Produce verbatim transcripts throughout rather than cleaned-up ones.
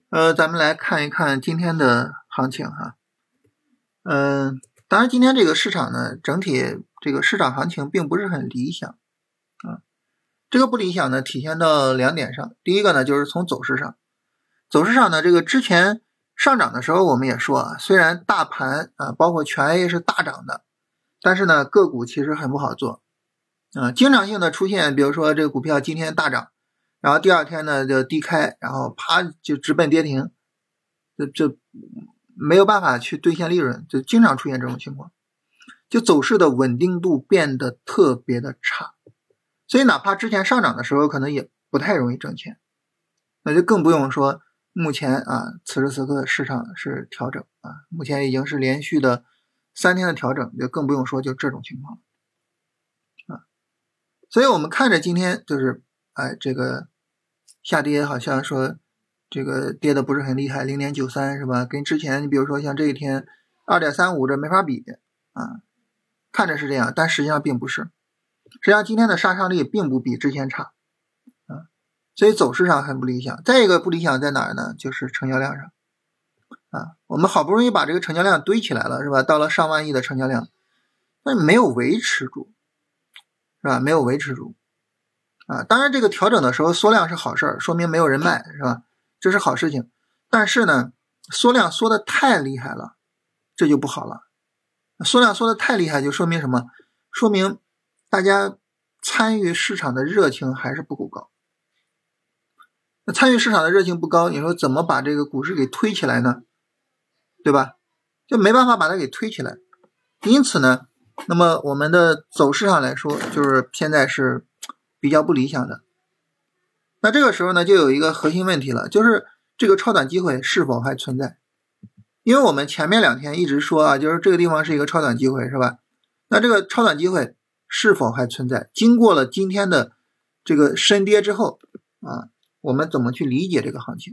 呃，咱们来看一看今天的行情哈。嗯、呃，当然今天这个市场呢，整体这个市场行情并不是很理想啊。这个不理想呢，体现到两点上。第一个呢，就是从走势上，走势上呢，这个之前上涨的时候我们也说啊，虽然大盘啊，包括全 A 是大涨的，但是呢，个股其实很不好做啊，经常性的出现，比如说这个股票今天大涨，然后第二天呢就低开，然后啪就直奔跌停，这这没有办法去兑现利润，就经常出现这种情况，就走势的稳定度变得特别的差，所以哪怕之前上涨的时候可能也不太容易挣钱，那就更不用说目前啊此时此刻市场是调整啊，目前已经是连续的三天的调整，就更不用说就这种情况啊。所以我们看着今天就是哎这个下跌，好像说这个跌的不是很厉害 零点九三 是吧，跟之前你比如说像这一天 二点三五 这没法比啊，看着是这样，但实际上并不是，实际上今天的杀伤力并不比之前差啊，所以走势上很不理想。再一个不理想在哪儿呢，就是成交量上啊，我们好不容易把这个成交量堆起来了是吧，到了上万亿的成交量，但没有维持住是吧，没有维持住啊。当然这个调整的时候缩量是好事，说明没有人卖是吧，这是好事情，但是呢缩量缩的太厉害了，这就不好了。缩量缩的太厉害就说明什么，说明大家参与市场的热情还是不够高。那参与市场的热情不高，你说怎么把这个股市给推起来呢，对吧，就没办法把它给推起来。因此呢，那么我们的走势上来说就是现在是比较不理想的。那这个时候呢就有一个核心问题了，就是这个超短机会是否还存在。因为我们前面两天一直说啊，就是这个地方是一个超短机会是吧，那这个超短机会是否还存在，经过了今天的这个深跌之后啊，我们怎么去理解这个行情。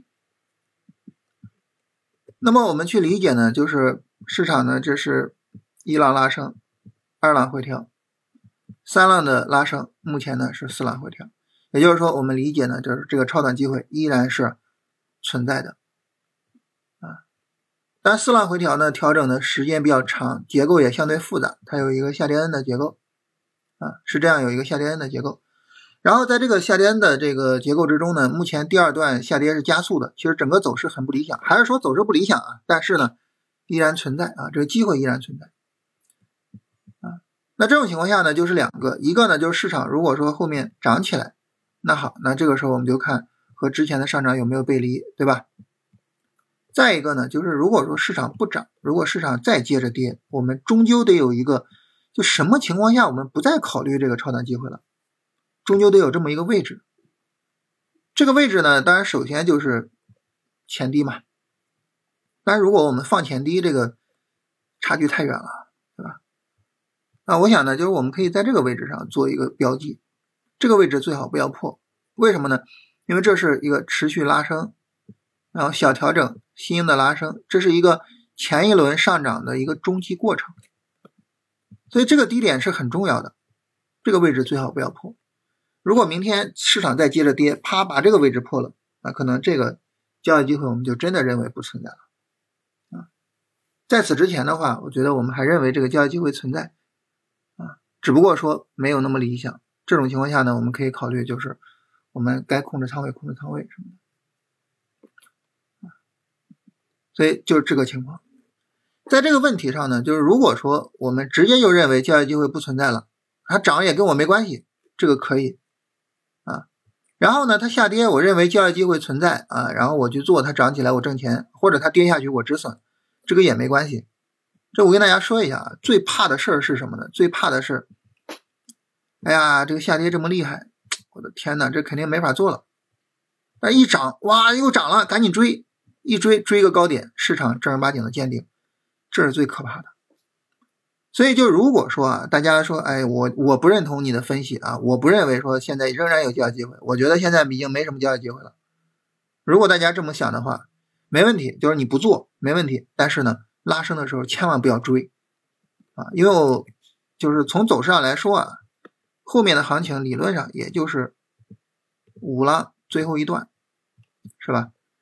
那么我们去理解呢，就是市场呢这是一浪拉升，二浪回调，三浪的拉升，目前呢是四浪回调，也就是说我们理解呢，就是这个超短机会依然是存在的啊。但四浪回调呢，调整的时间比较长，结构也相对复杂，它有一个下跌 N 的结构啊，是这样，有一个下跌 N 的结构。然后在这个下跌 N 的这个结构之中呢，目前第二段下跌是加速的，其实整个走势很不理想，还是说走势不理想啊，但是呢依然存在啊，这个机会依然存在啊。那这种情况下呢就是两个，一个呢就是市场如果说后面涨起来，那好，那这个时候我们就看和之前的上涨有没有背离，对吧。再一个呢就是如果说市场不涨，如果市场再接着跌，我们终究得有一个，就什么情况下我们不再考虑这个超短机会了，终究得有这么一个位置。这个位置呢当然首先就是前低嘛，但如果我们放前低，这个差距太远了，对吧。那我想呢就是我们可以在这个位置上做一个标记，这个位置最好不要破。为什么呢？因为这是一个持续拉升，然后小调整，新的拉升，这是一个前一轮上涨的一个中期过程，所以这个低点是很重要的，这个位置最好不要破。如果明天市场再接着跌，啪把这个位置破了，那可能这个交易机会我们就真的认为不存在了啊。在此之前的话，我觉得我们还认为这个交易机会存在啊，只不过说没有那么理想。这种情况下呢，我们可以考虑就是我们该控制仓位控制仓位什么的，所以就是这个情况。在这个问题上呢，就是如果说我们直接就认为交易机会不存在了，它涨也跟我没关系，这个可以啊。然后呢它下跌我认为交易机会存在啊，然后我去做，它涨起来我挣钱，或者它跌下去我止损，这个也没关系。这我跟大家说一下啊，最怕的事儿是什么呢？最怕的是哎呀这个下跌这么厉害，我的天哪，这肯定没法做了。但一涨哇又涨了，赶紧追，一追追个高点，市场正儿八经的见顶，这是最可怕的。所以就如果说啊，大家说哎我我不认同你的分析啊，我不认为说现在仍然有交易机会，我觉得现在已经没什么交易机会了。如果大家这么想的话，没问题，就是你不做没问题，但是呢拉升的时候千万不要追啊，因为我就是从走势上来说啊，后面的行情理论上也就是五浪最后一段是吧，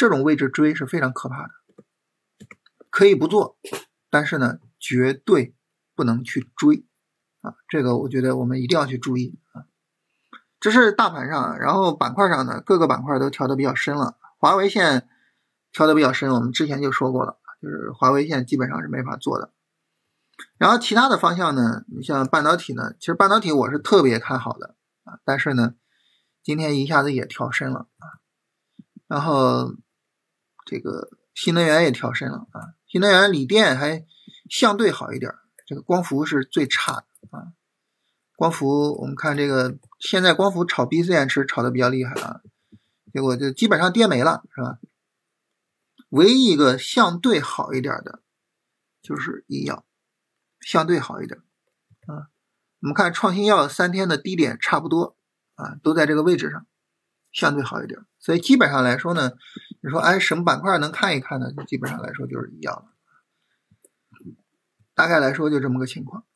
这种位置追是非常可怕的，可以不做，但是呢绝对不能去追啊，这个我觉得我们一定要去注意啊。这是大盘上，然后板块上呢，各个板块都调得比较深了。华为线调得比较深，我们之前就说过了，就是华为线基本上是没法做的。然后其他的方向呢，你像半导体呢，其实半导体我是特别看好的啊，但是呢今天一下子也调深了啊。然后这个新能源也调深了啊，新能源锂电还相对好一点，这个光伏是最差的啊。光伏我们看这个现在光伏炒 B C 电池炒的比较厉害啊，结果就基本上跌没了，是吧？唯一一个相对好一点的就是医药，相对好一点啊。我们看创新药三天的低点差不多啊，都在这个位置上，相对好一点。所以基本上来说呢，你说哎什么板块能看一看呢？就基本上来说就是医药了，大概来说就这么个情况。